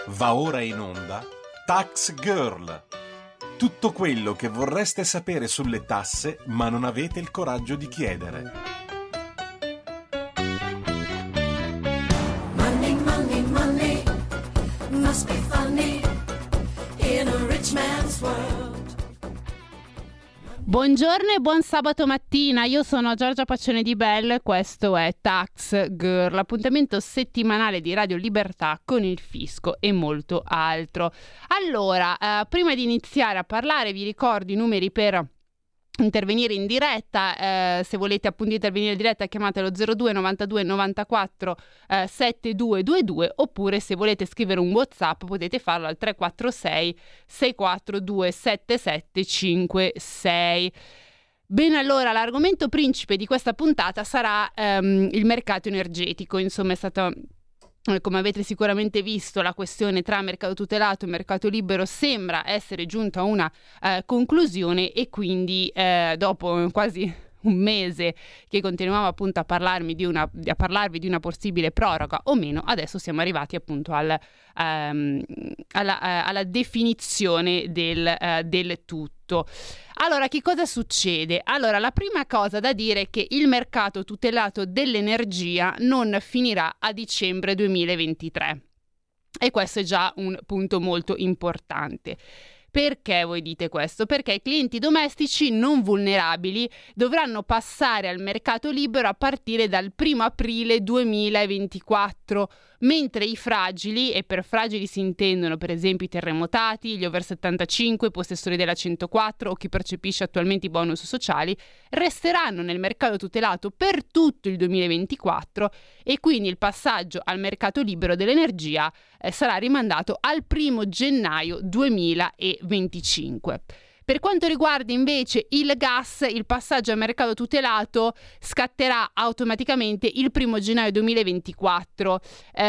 Va ora in onda Tax Girl. Tutto quello che vorreste sapere sulle tasse ma non avete il coraggio di chiedere. Money, money, money must be funny in a rich man's world. Buongiorno e buon sabato mattina, io sono Giorgia Paccione di Bell e questo è Tax Girl, l'appuntamento settimanale di Radio Libertà con il fisco e molto altro. Allora, prima di iniziare a parlare vi ricordo i numeri per intervenire in diretta. Se volete appunto intervenire in diretta chiamatelo 02 92 94 7222, oppure se volete scrivere un WhatsApp potete farlo al 346 642 7756. Bene, allora l'argomento principe di questa puntata sarà il mercato energetico. Insomma, è stata, come avete sicuramente visto, la questione tra mercato tutelato e mercato libero sembra essere giunta a una conclusione, e quindi dopo quasi un mese che continuavamo appunto a parlarvi di una possibile proroga o meno, adesso siamo arrivati appunto alla definizione del tutto. Allora, che cosa succede? Allora, la prima cosa da dire è che il mercato tutelato dell'energia non finirà a dicembre 2023. E questo è già un punto molto importante. Perché voi dite questo? Perché i clienti domestici non vulnerabili dovranno passare al mercato libero a partire dal 1 aprile 2024, mentre i fragili, e per fragili si intendono per esempio i terremotati, gli over 75, i possessori della 104 o chi percepisce attualmente i bonus sociali, resteranno nel mercato tutelato per tutto il 2024, e quindi il passaggio al mercato libero dell'energia sarà rimandato al 1 gennaio 2025. Per quanto riguarda invece il gas, il passaggio al mercato tutelato scatterà automaticamente il 1 gennaio 2024.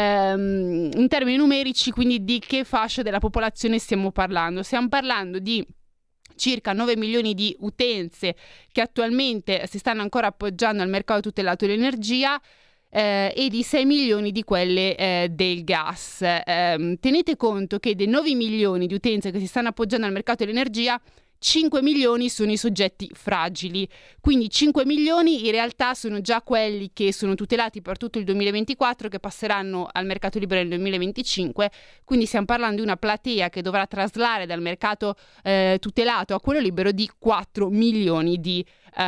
In termini numerici, quindi, di che fascia della popolazione stiamo parlando? Stiamo parlando di circa 9 milioni di utenze che attualmente si stanno ancora appoggiando al mercato tutelato dell'energia, e di 6 milioni di quelle del gas. Tenete conto che dei 9 milioni di utenze che si stanno appoggiando al mercato dell'energia, 5 milioni sono i soggetti fragili, quindi 5 milioni in realtà sono già quelli che sono tutelati per tutto il 2024, che passeranno al mercato libero nel 2025, quindi stiamo parlando di una platea che dovrà traslare dal mercato tutelato a quello libero di 4 milioni di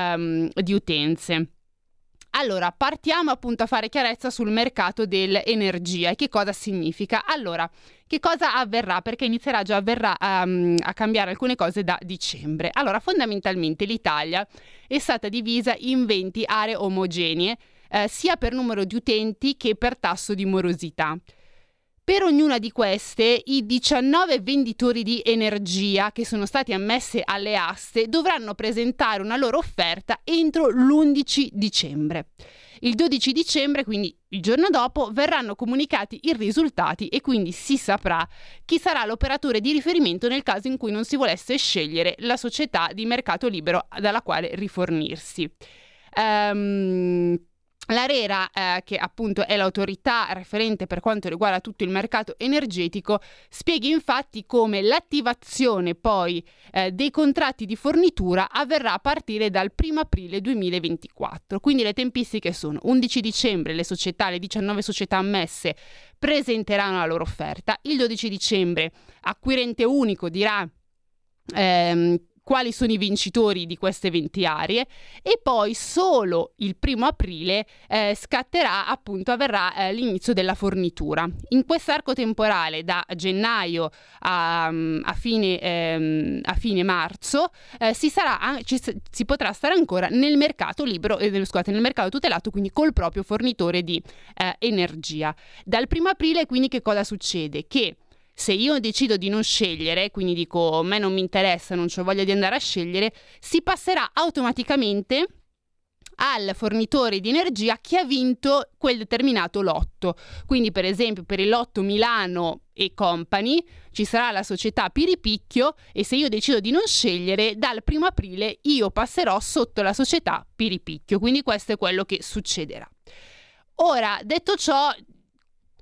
utenze. Allora, partiamo appunto a fare chiarezza sul mercato dell'energia e che cosa significa. Allora, che cosa avverrà? Perché inizierà già a cambiare alcune cose da dicembre. Allora, fondamentalmente l'Italia è stata divisa in 20 aree omogenee, sia per numero di utenti che per tasso di morosità. Per ognuna di queste, i 19 venditori di energia che sono stati ammessi alle aste dovranno presentare una loro offerta entro l'11 dicembre. Il 12 dicembre, quindi il giorno dopo, verranno comunicati i risultati e quindi si saprà chi sarà l'operatore di riferimento nel caso in cui non si volesse scegliere la società di mercato libero dalla quale rifornirsi. L'ARERA, che appunto è l'autorità referente per quanto riguarda tutto il mercato energetico, spiega infatti come l'attivazione poi dei contratti di fornitura avverrà a partire dal 1 aprile 2024. Quindi le tempistiche sono: 11 dicembre le 19 società ammesse presenteranno la loro offerta, il 12 dicembre acquirente unico dirà quali sono i vincitori di queste 20 aree, e poi solo il 1 aprile scatterà, appunto, avverrà l'inizio della fornitura. In quest'arco temporale da gennaio a fine marzo si potrà stare ancora nel mercato libero, nel mercato tutelato, quindi col proprio fornitore di energia. Dal 1 aprile quindi che cosa succede? Che se io decido di non scegliere, quindi dico a me non mi interessa, non ho voglia di andare a scegliere, si passerà automaticamente al fornitore di energia che ha vinto quel determinato lotto. Quindi per esempio per il lotto Milano e Company ci sarà la società Piripicchio, e se io decido di non scegliere, dal 1 aprile io passerò sotto la società Piripicchio. Quindi questo è quello che succederà. Ora, detto ciò,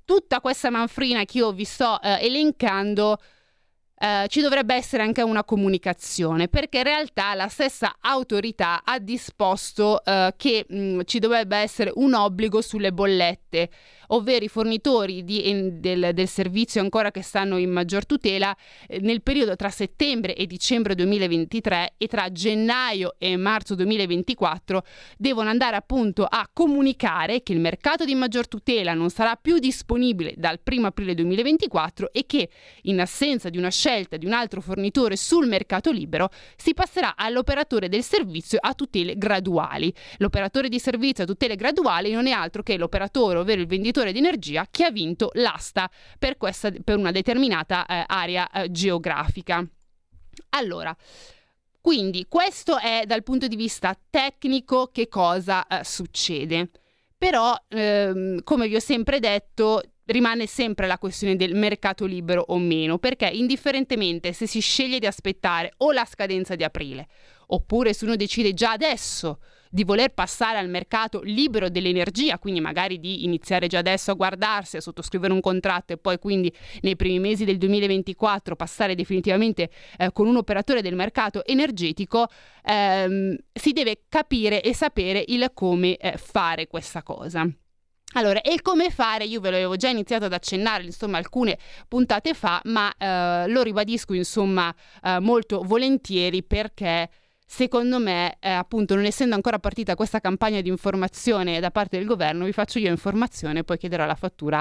tutta questa manfrina che io vi sto elencando, ci dovrebbe essere anche una comunicazione, perché in realtà la stessa autorità ha disposto che ci dovrebbe essere un obbligo sulle bollette, ovvero i fornitori del servizio ancora che stanno in maggior tutela nel periodo tra settembre e dicembre 2023 e tra gennaio e marzo 2024 devono andare appunto a comunicare che il mercato di maggior tutela non sarà più disponibile dal 1 aprile 2024 e che in assenza di una scelta di un altro fornitore sul mercato libero si passerà all'operatore del servizio a tutele graduali. L'operatore di servizio a tutele graduali non è altro che l'operatore, ovvero il venditore di energia che ha vinto l'asta per una determinata area geografica. Allora, quindi questo è dal punto di vista tecnico che cosa succede. Però, come vi ho sempre detto, rimane sempre la questione del mercato libero o meno, perché indifferentemente se si sceglie di aspettare o la scadenza di aprile, oppure se uno decide già adesso di voler passare al mercato libero dell'energia, quindi magari di iniziare già adesso a guardarsi, a sottoscrivere un contratto e poi quindi nei primi mesi del 2024 passare definitivamente con un operatore del mercato energetico, si deve capire e sapere il come fare questa cosa. Allora, e il come fare io ve l'avevo già iniziato ad accennare, insomma, alcune puntate fa, ma lo ribadisco, insomma, molto volentieri, perché secondo me, appunto, non essendo ancora partita questa campagna di informazione da parte del governo, vi faccio io informazione, poi chiederò la fattura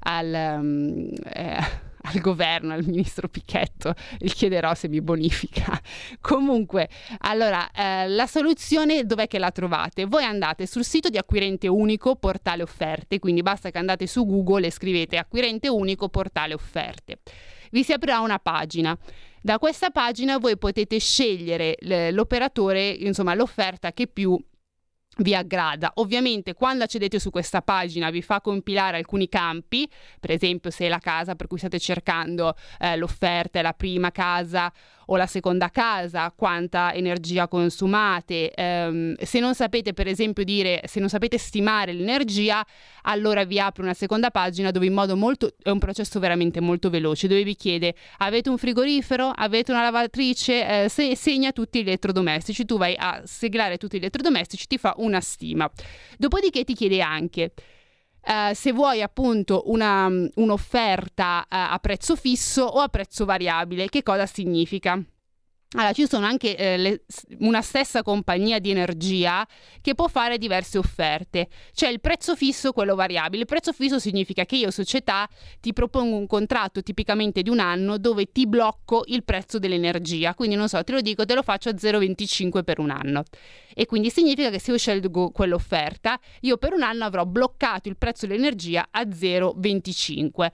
al governo, al ministro Pichetto, gli chiederò se mi bonifica. Comunque, allora, la soluzione dov'è che la trovate? Voi andate sul sito di Acquirente Unico, portale offerte, quindi basta che andate su Google e scrivete Acquirente Unico, portale offerte. Vi si aprirà una pagina. Da questa pagina voi potete scegliere l'operatore, insomma l'offerta che più vi aggrada. Ovviamente quando accedete su questa pagina vi fa compilare alcuni campi, per esempio se è la casa per cui state cercando l'offerta è la prima casa o la seconda casa, quanta energia consumate, se non sapete per esempio se non sapete stimare l'energia, allora vi apre una seconda pagina dove in modo è un processo veramente molto veloce, dove vi chiede: avete un frigorifero? Avete una lavatrice? Segna tutti gli elettrodomestici, tu vai a segnare tutti gli elettrodomestici, ti fa una stima. Dopodiché ti chiede anche se vuoi appunto un'offerta a prezzo fisso o a prezzo variabile. Che cosa significa? Allora, ci sono anche una stessa compagnia di energia che può fare diverse offerte. C'è il prezzo fisso, quello variabile. Il prezzo fisso significa che io, società, ti propongo un contratto tipicamente di un anno dove ti blocco il prezzo dell'energia. Quindi, non so, te lo dico, te lo faccio a 0,25 per un anno. E quindi significa che se io scelgo quell'offerta, io per un anno avrò bloccato il prezzo dell'energia a 0,25.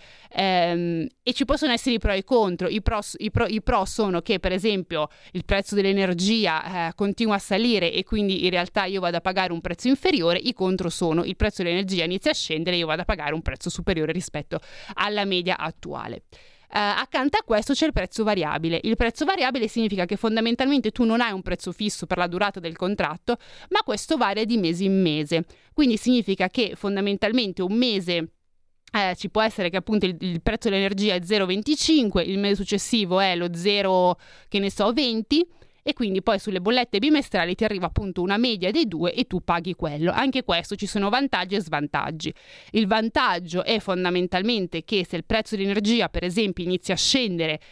E ci possono essere i pro e i contro. I pro sono che, per esempio, il prezzo dell'energia continua a salire e quindi in realtà io vado a pagare un prezzo inferiore. I contro sono: il prezzo dell'energia inizia a scendere e io vado a pagare un prezzo superiore rispetto alla media attuale. Accanto a questo c'è il prezzo variabile. Il prezzo variabile significa che fondamentalmente tu non hai un prezzo fisso per la durata del contratto, ma questo varia di mese in mese. Quindi significa che fondamentalmente un mese ci può essere che appunto il prezzo dell'energia è 0,25, il mese successivo è lo 0,20 e quindi poi sulle bollette bimestrali ti arriva appunto una media dei due e tu paghi quello. Anche questo, ci sono vantaggi e svantaggi. Il vantaggio è fondamentalmente che se il prezzo dell'energia per esempio inizia a scendere,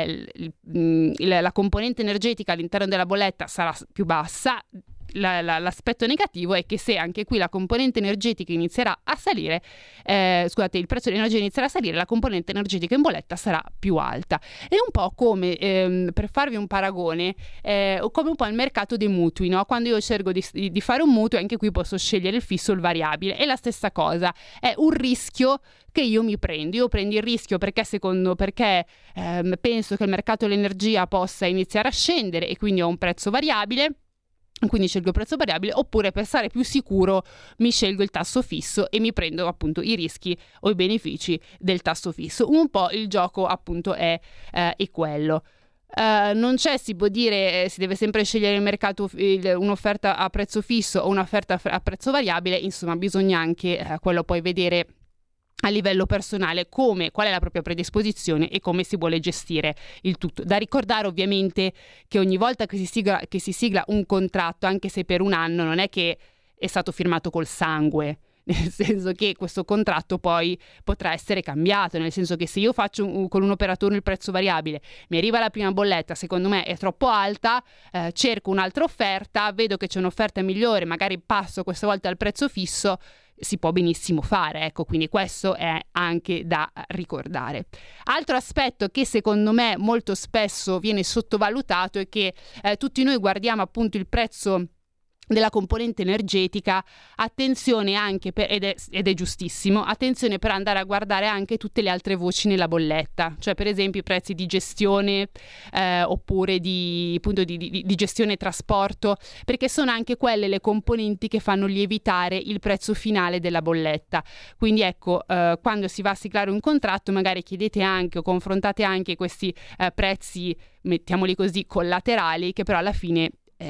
la componente energetica all'interno della bolletta sarà più bassa. L'aspetto negativo è che se anche qui la componente energetica inizierà a salire, il prezzo dell'energia inizierà a salire, la componente energetica in bolletta sarà più alta. È un po' come, per farvi un paragone, come un po' il mercato dei mutui, no? Quando io scelgo di fare un mutuo, anche qui posso scegliere il fisso o il variabile. È la stessa cosa, è un rischio che io mi prendo. Io prendo il rischio perché penso che il mercato dell'energia possa iniziare a scendere e quindi ho un prezzo variabile. Quindi scelgo il prezzo variabile, oppure per stare più sicuro mi scelgo il tasso fisso e mi prendo appunto i rischi o i benefici del tasso fisso. Un po' il gioco appunto è quello. Non c'è, si può dire, si deve sempre scegliere il mercato un'offerta a prezzo fisso o un'offerta a prezzo variabile, insomma bisogna anche quello poi vedere a livello personale qual è la propria predisposizione e come si vuole gestire il tutto. Da ricordare ovviamente che ogni volta che si sigla un contratto, anche se per un anno, non è che è stato firmato col sangue, nel senso che questo contratto poi potrà essere cambiato, nel senso che se io faccio con un operatore il prezzo variabile, mi arriva la prima bolletta, secondo me è troppo alta, cerco un'altra offerta, vedo che c'è un'offerta migliore, magari passo questa volta al prezzo fisso, si può benissimo fare, ecco, quindi questo è anche da ricordare. Altro aspetto che secondo me molto spesso viene sottovalutato è che tutti noi guardiamo appunto il prezzo della componente energetica, attenzione anche ed è giustissimo, attenzione per andare a guardare anche tutte le altre voci nella bolletta, cioè per esempio i prezzi di gestione oppure di gestione e trasporto, perché sono anche quelle le componenti che fanno lievitare il prezzo finale della bolletta. Quindi ecco, quando si va a siglare un contratto magari chiedete anche o confrontate anche questi prezzi, mettiamoli così, collaterali, che però alla fine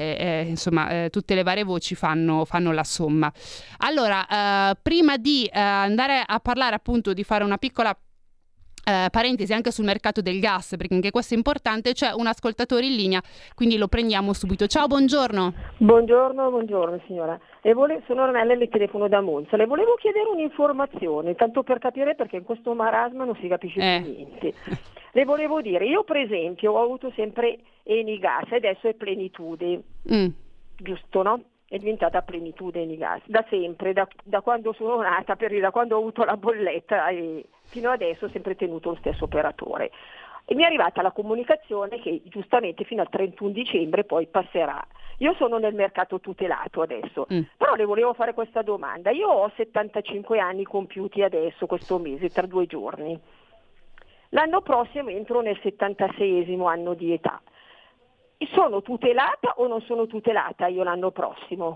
tutte le varie voci fanno la somma. Allora, prima di andare a parlare appunto di fare una piccola parentesi anche sul mercato del gas, perché anche questo è importante, c'è un ascoltatore in linea, quindi lo prendiamo subito. Ciao, buongiorno. Buongiorno signora. Sono Ornella e le telefono da Monza. Le volevo chiedere un'informazione, tanto per capire, perché in questo marasma non si capisce più niente. Le volevo dire, io per esempio ho avuto sempre Enigas e adesso è Plenitude, giusto, no? È diventata Plenitude Enigas, da sempre, da quando sono nata, da quando ho avuto la bolletta e fino adesso ho sempre tenuto lo stesso operatore. E mi è arrivata la comunicazione che giustamente fino al 31 dicembre poi passerà. Io sono nel mercato tutelato adesso, però le volevo fare questa domanda. Io ho 75 anni compiuti adesso, questo mese, tra 2 giorni. L'anno prossimo entro nel 76esimo anno di età. Sono tutelata o non sono tutelata io l'anno prossimo?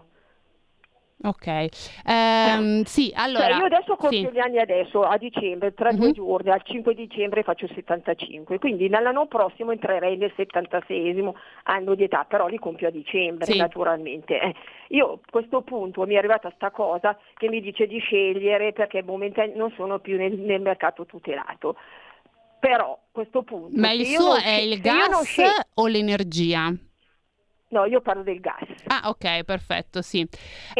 Ok, sì, allora... Cioè io adesso compio gli anni adesso, a dicembre, tra 2 giorni, al 5 dicembre faccio 75, quindi l'anno prossimo entrerei nel 76esimo anno di età, però li compio a dicembre naturalmente. Io a questo punto mi è arrivata sta cosa che mi dice di scegliere perché momentaneamente non sono più nel mercato tutelato. Però a questo punto... Ma il suo è il gas o l'energia? No, io parlo del gas. Ah, ok, perfetto, sì.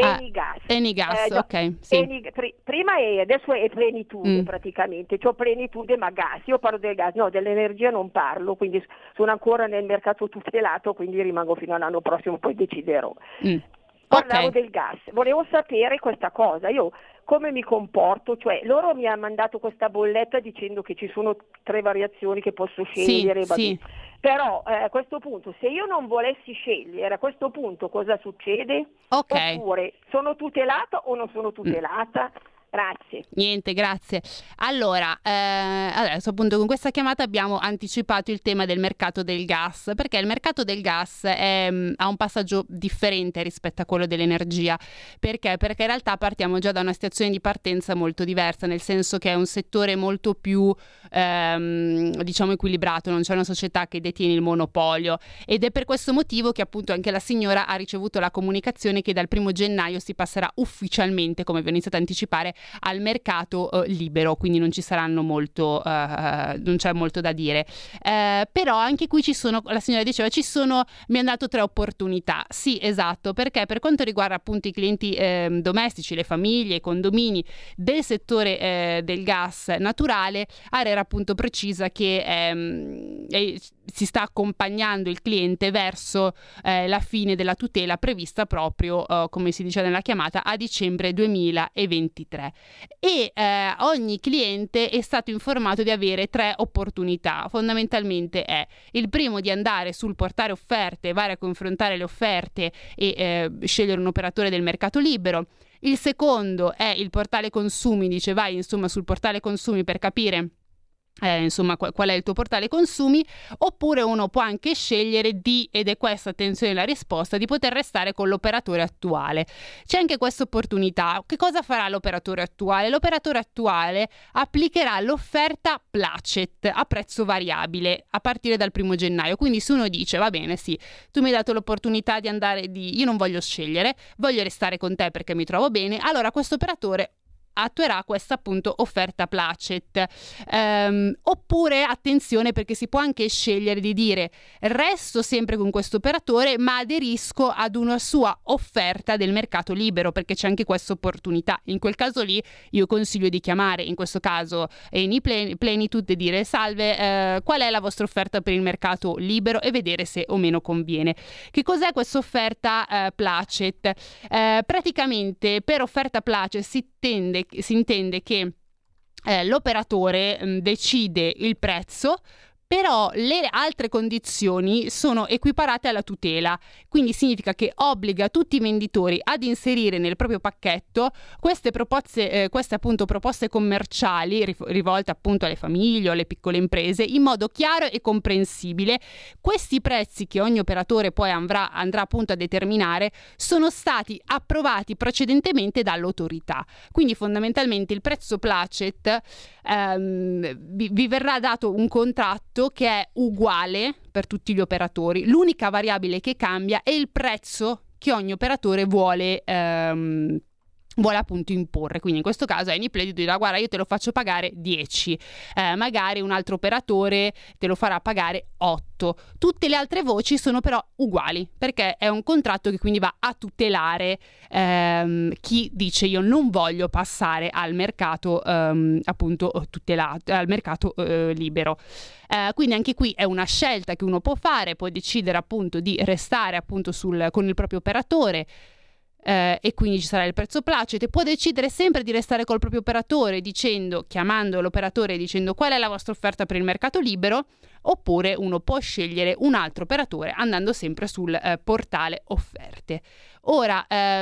Enigas, ok, sì. Prima adesso è Plenitude praticamente, c'ho Plenitude ma gas, io parlo del gas, no, dell'energia non parlo, quindi sono ancora nel mercato tutelato, quindi rimango fino all'anno prossimo, poi deciderò. Parlavo del gas, volevo sapere questa cosa, io come mi comporto, cioè loro mi hanno mandato questa bolletta dicendo che ci sono 3 variazioni che posso scegliere, però a questo punto se io non volessi scegliere, a questo punto cosa succede? Oppure sono tutelata o non sono tutelata? Grazie. Niente, grazie. Allora, adesso appunto con questa chiamata abbiamo anticipato il tema del mercato del gas, perché il mercato del gas ha un passaggio differente rispetto a quello dell'energia. Perché? Perché in realtà partiamo già da una situazione di partenza molto diversa, nel senso che è un settore molto più diciamo equilibrato, non c'è una società che detiene il monopolio, ed è per questo motivo che appunto anche la signora ha ricevuto la comunicazione che dal 1 gennaio si passerà ufficialmente, come vi ho iniziato a anticipare, al mercato libero, quindi non ci saranno non c'è molto da dire, però anche qui la signora diceva mi hanno dato 3 opportunità. Sì, esatto, perché per quanto riguarda appunto i clienti domestici, le famiglie, i condomini del settore del gas naturale, ARERA appunto precisa che si sta accompagnando il cliente verso la fine della tutela prevista proprio, come si dice nella chiamata, a dicembre 2023. E ogni cliente è stato informato di avere 3 opportunità. Fondamentalmente è il primo di andare sul portale offerte, vai a confrontare le offerte e scegliere un operatore del mercato libero. Il secondo è il portale consumi, dice vai insomma sul portale consumi per capire qual è il tuo portale consumi, oppure uno può anche scegliere ed è questa, attenzione la risposta, di poter restare con l'operatore attuale. C'è anche questa opportunità. Che cosa farà l'operatore attuale? L'operatore attuale applicherà l'offerta Placet a prezzo variabile a partire dal 1 gennaio, quindi se uno dice va bene, sì, tu mi hai dato l'opportunità io non voglio scegliere, voglio restare con te perché mi trovo bene, allora questo operatore attuerà questa appunto offerta placet. Oppure attenzione, perché si può anche scegliere di dire resto sempre con questo operatore ma aderisco ad una sua offerta del mercato libero, perché c'è anche questa opportunità. In quel caso lì io consiglio di chiamare, in questo caso Eni Plenitude, e dire salve, qual è la vostra offerta per il mercato libero, e vedere se o meno conviene. Che cos'è questa offerta placet? Praticamente per offerta placet si intende che l'operatore decide il prezzo, però le altre condizioni sono equiparate alla tutela, quindi significa che obbliga tutti i venditori ad inserire nel proprio pacchetto queste appunto proposte commerciali rivolte appunto alle famiglie o alle piccole imprese in modo chiaro e comprensibile. Questi prezzi che ogni operatore poi andrà appunto a determinare sono stati approvati precedentemente dall'autorità, quindi fondamentalmente il prezzo placet vi verrà dato un contratto che è uguale per tutti gli operatori. L'unica variabile che cambia è il prezzo che ogni operatore vuole appunto imporre. Quindi in questo caso Eni Plenitude dirà guarda, io te lo faccio pagare 10, magari un altro operatore te lo farà pagare 8. Tutte le altre voci sono però uguali, perché è un contratto che quindi va a tutelare chi dice io non voglio passare al mercato appunto tutelato, al mercato libero. Quindi anche qui è una scelta che uno può fare, può decidere appunto di restare appunto con il proprio operatore, e quindi ci sarà il prezzo placet, e può decidere sempre di restare col proprio operatore chiamando l'operatore e dicendo qual è la vostra offerta per il mercato libero, oppure uno può scegliere un altro operatore andando sempre sul portale offerte. Ora,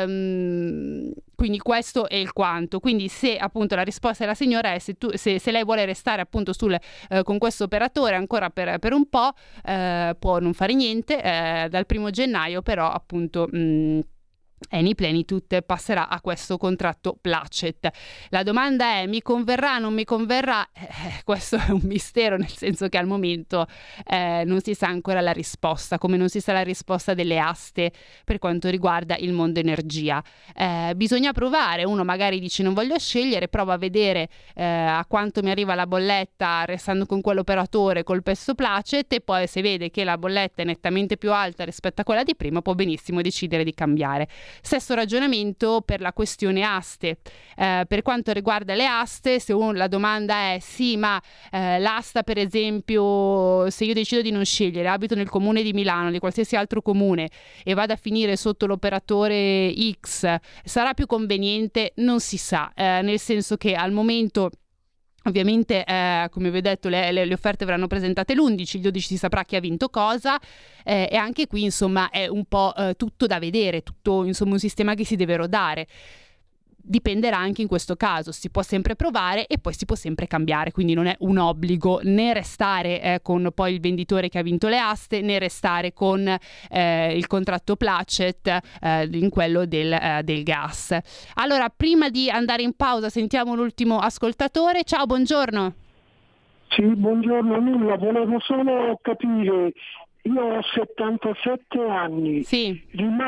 quindi questo è il quanto. Quindi se appunto la risposta della signora è se lei vuole restare appunto con questo operatore ancora per un po', può non fare niente, dal 1 gennaio però appunto Eni Plenitude passerà a questo contratto placet. La domanda è: mi converrà, non mi converrà? Questo è un mistero, nel senso che al momento non si sa ancora la risposta, come non si sa la risposta delle aste per quanto riguarda il mondo energia. Bisogna provare, uno magari dice non voglio scegliere, prova a vedere a quanto mi arriva la bolletta restando con quell'operatore col prezzo placet, e poi se vede che la bolletta è nettamente più alta rispetto a quella di prima può benissimo decidere di cambiare. Stesso ragionamento per la questione aste. Per quanto riguarda le aste, se la domanda è sì, ma l'asta per esempio, se io decido di non scegliere, abito nel comune di Milano, di qualsiasi altro comune, e vado a finire sotto l'operatore X, sarà più conveniente? Non si sa, nel senso che al momento ovviamente, come vi ho detto, le offerte verranno presentate l'11, il 12 si saprà chi ha vinto cosa, e anche qui insomma è un po' tutto da vedere, tutto insomma un sistema che si deve rodare. Dipenderà anche in questo caso, si può sempre provare e poi si può sempre cambiare, quindi non è un obbligo né restare con poi il venditore che ha vinto le aste, né restare con il contratto placet in quello del gas. Allora, prima di andare in pausa sentiamo l'ultimo ascoltatore. Ciao, buongiorno. Sì, buongiorno, nulla, volevo solo capire, io ho 77 anni, sì.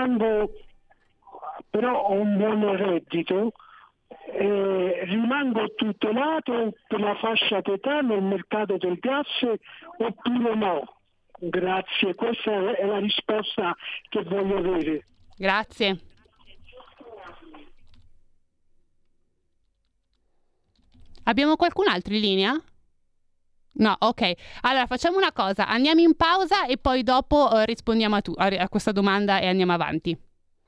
Però ho un buon reddito, rimango tutelato per la fascia d'età nel mercato del gas oppure no? Grazie, questa è la risposta che voglio avere. Grazie. Abbiamo qualcun altro in linea? No, ok. Allora facciamo una cosa, andiamo in pausa e poi dopo rispondiamo a questa domanda e andiamo avanti.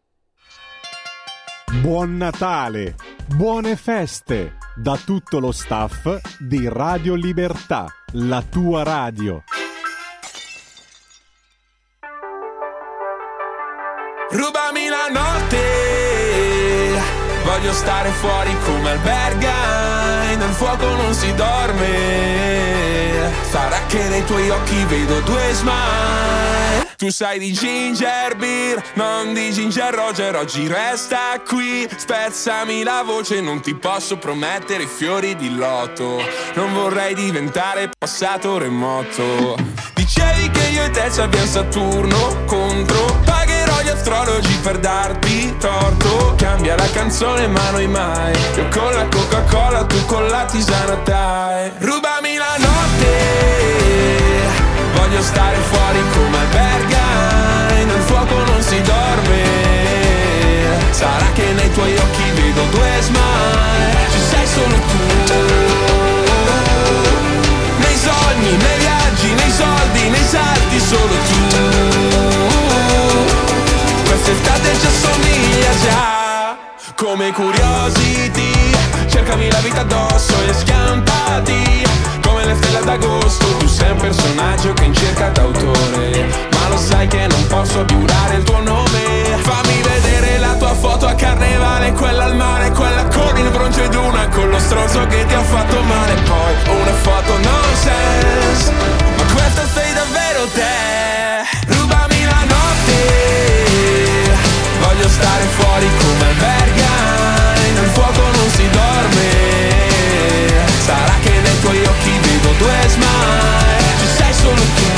Buon Natale, buone feste da tutto lo staff di Radio Libertà, la tua radio. Rubami la notte, voglio stare fuori come alberga, nel fuoco non si dorme, sarà che nei tuoi occhi vedo due smile. Tu sai di ginger beer, non di ginger Roger, oggi resta qui, spezzami la voce, non ti posso promettere fiori di loto, non vorrei diventare passato remoto. Dicevi che io e te ci abbiamo Saturno contro, pagherò gli gli astrologi per darti torto. Cambia la canzone ma noi mai. Io con la Coca-Cola, tu con la tisana, dai. Rubami la notte, voglio stare fuori come albergai. Nel fuoco non si dorme. Sarà che nei tuoi occhi vedo due smile. Ci sei solo tu. Nei sogni, nei viaggi, nei soldi, nei salti, solo tu. Quest'estate ci assomiglia già. Come Curiosity, cercami la vita addosso e schiantati. Come le stelle d'agosto, tu sei un personaggio che in cerca d'autore. Ma lo sai che non posso abiurare il tuo nome. Fammi vedere la tua foto a carnevale, quella al mare, quella con il bronzo ed una con lo stronzo che ti ha fatto male. Poi una foto nonsense, ma questa sei davvero te. Rubami la notte, voglio stare fuori come albergai. Nel fuoco non si dorme. Sarà che nei tuoi occhi vedo due smile. Ci sei solo tu.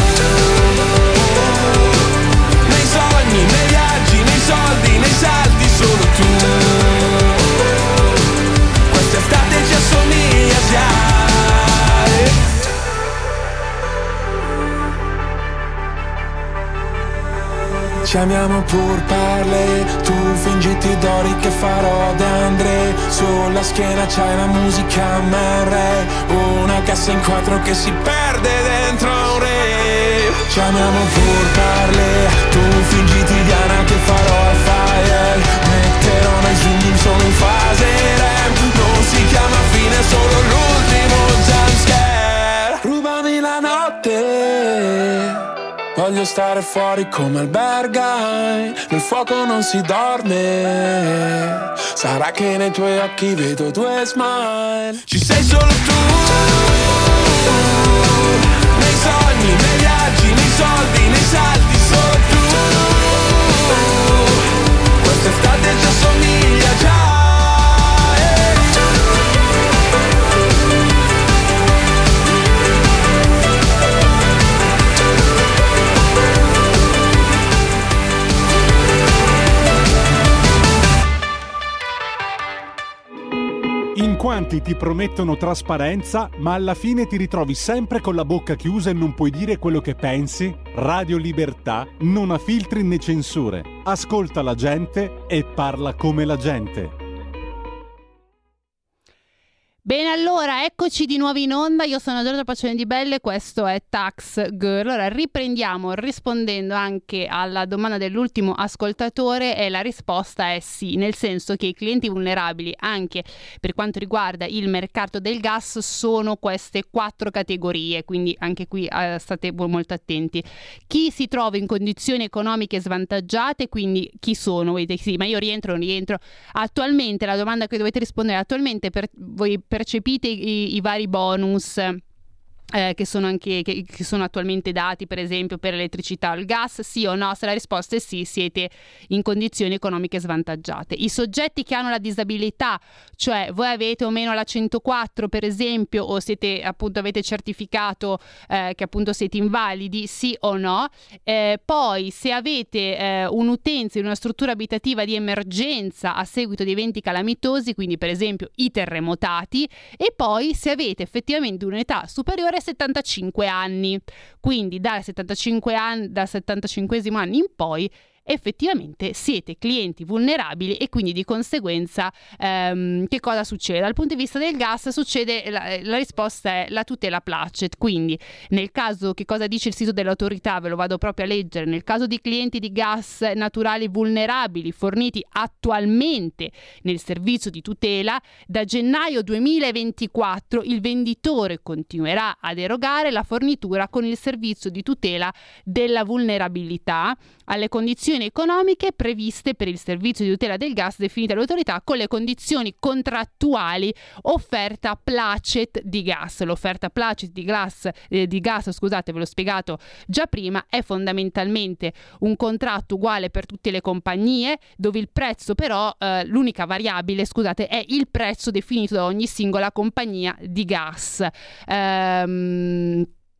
Nei sogni, nei viaggi, nei soldi, nei salti, solo tu. Quest'estate ci assomiglia già. Ci amiamo pur parle, tu fingiti d'ori che farò d'Andre. Sulla schiena c'hai la musica MR, una cassa in quattro che si perde dentro un re. Ci amiamo pur parle, tu fingiti Diana che farò al fire. Metterò nel zoom solo in fase REM, non si chiama fine, solo l'ultimo jumpscare. Rubami la notte, voglio stare fuori come albergai. Nel fuoco non si dorme. Sarà che nei tuoi occhi vedo due smile. Ci sei solo tu. Nei sogni, nei viaggi, nei soldi, nei salti, solo tu. Quest'estate ci assomiglia già. In quanti ti promettono trasparenza, ma alla fine ti ritrovi sempre con la bocca chiusa e non puoi dire quello che pensi? Radio Libertà non ha filtri né censure. Ascolta la gente e parla come la gente. Bene, allora, eccoci di nuovo in onda. Io sono Giorgia Pacione di Belle, questo è Tax Girl. Ora riprendiamo rispondendo anche alla domanda dell'ultimo ascoltatore e la risposta è sì, nel senso che i clienti vulnerabili anche per quanto riguarda il mercato del gas sono queste 4 categorie, quindi anche qui state molto attenti. Chi si trova in condizioni economiche svantaggiate, quindi chi sono? Sì, ma io rientro o non rientro? Attualmente, la domanda che dovete rispondere attualmente, per voi percepite i vari bonus che sono anche che sono attualmente dati, per esempio per l'elettricità o il gas, sì o no? Se la risposta è sì, siete in condizioni economiche svantaggiate. I soggetti che hanno la disabilità, cioè voi avete o meno la 104 per esempio, o siete appunto avete certificato che appunto siete invalidi, sì o no? Poi se avete un'utenza in una struttura abitativa di emergenza a seguito di eventi calamitosi, quindi per esempio i terremotati, e poi se avete effettivamente un'età superiore 75 anni, quindi dal 75esimo anno in poi effettivamente siete clienti vulnerabili e quindi di conseguenza che cosa succede? Dal punto di vista del gas succede, la risposta è la tutela placet, quindi nel caso, che cosa dice il sito dell'autorità, ve lo vado proprio a leggere, nel caso di clienti di gas naturali vulnerabili forniti attualmente nel servizio di tutela, da gennaio 2024 il venditore continuerà ad erogare la fornitura con il servizio di tutela della vulnerabilità alle condizioni economiche previste per il servizio di tutela del gas definite dall'autorità con le condizioni contrattuali offerta placet di gas. L'offerta placet di gas, scusate, ve l'ho spiegato già prima, è fondamentalmente un contratto uguale per tutte le compagnie, dove il prezzo però, l'unica variabile, scusate, è il prezzo definito da ogni singola compagnia di gas.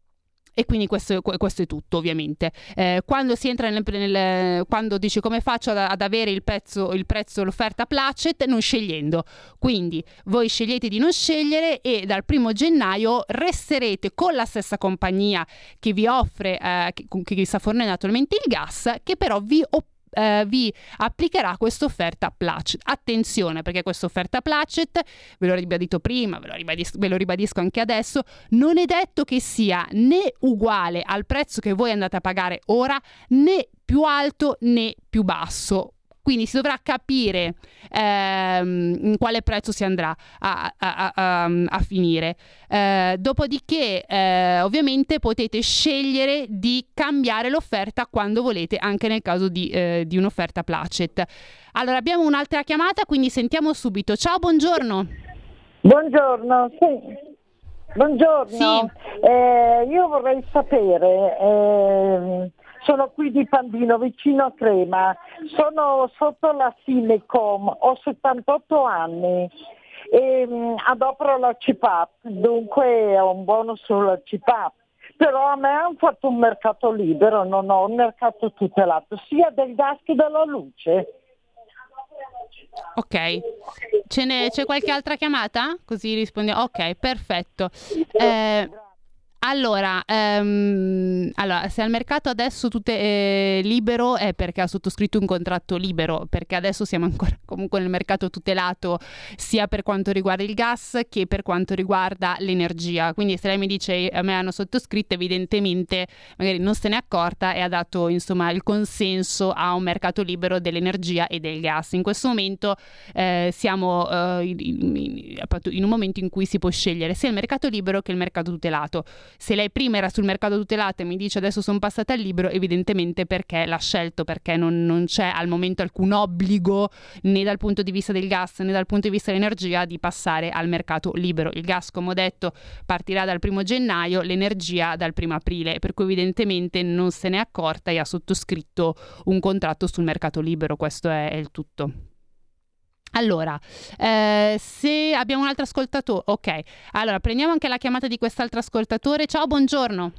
E quindi questo è tutto, ovviamente. Quando si entra quando dici come faccio ad avere il prezzo, l'offerta placet, non scegliendo. Quindi voi scegliete di non scegliere e dal 1 gennaio resterete con la stessa compagnia che vi offre, che vi sta fornendo attualmente il gas, che però vi applicherà questa offerta placet. Attenzione, perché questa offerta placet, ve l'ho ribadito prima, ve lo ribadisco anche adesso, non è detto che sia né uguale al prezzo che voi andate a pagare ora, né più alto né più basso. Quindi si dovrà capire in quale prezzo si andrà a finire. Dopodiché, ovviamente, potete scegliere di cambiare l'offerta quando volete, anche nel caso di un'offerta placet. Allora, abbiamo un'altra chiamata, quindi sentiamo subito. Ciao, buongiorno. Buongiorno, sì. Buongiorno. Sì. Io vorrei sapere... sono qui di Pandino, vicino a Crema, sono sotto la Sinecom, ho 78 anni e adopero la CPAP, dunque ho un buono sulla CPAP, però a me hanno fatto un mercato libero, non ho un mercato tutelato, sia del gas che della luce. Ok, c'è qualche altra chiamata? Così rispondiamo. Ok, perfetto. Allora, se al mercato adesso tutto è libero è perché ha sottoscritto un contratto libero, perché adesso siamo ancora comunque nel mercato tutelato sia per quanto riguarda il gas che per quanto riguarda l'energia. Quindi se lei mi dice a me hanno sottoscritto, evidentemente magari non se n'è accorta e ha dato insomma il consenso a un mercato libero dell'energia e del gas. In questo momento siamo in un momento in cui si può scegliere sia il mercato libero che il mercato tutelato. Se lei prima era sul mercato tutelato e mi dice adesso sono passata al libero, evidentemente perché l'ha scelto, perché non c'è al momento alcun obbligo né dal punto di vista del gas né dal punto di vista dell'energia di passare al mercato libero. Il gas, come ho detto, partirà dal 1 gennaio, l'energia dal 1 aprile, per cui evidentemente non se n'è accorta e ha sottoscritto un contratto sul mercato libero. Questo è il tutto. Allora, se abbiamo un altro ascoltatore, ok, allora prendiamo anche la chiamata di quest'altro ascoltatore. Ciao, buongiorno.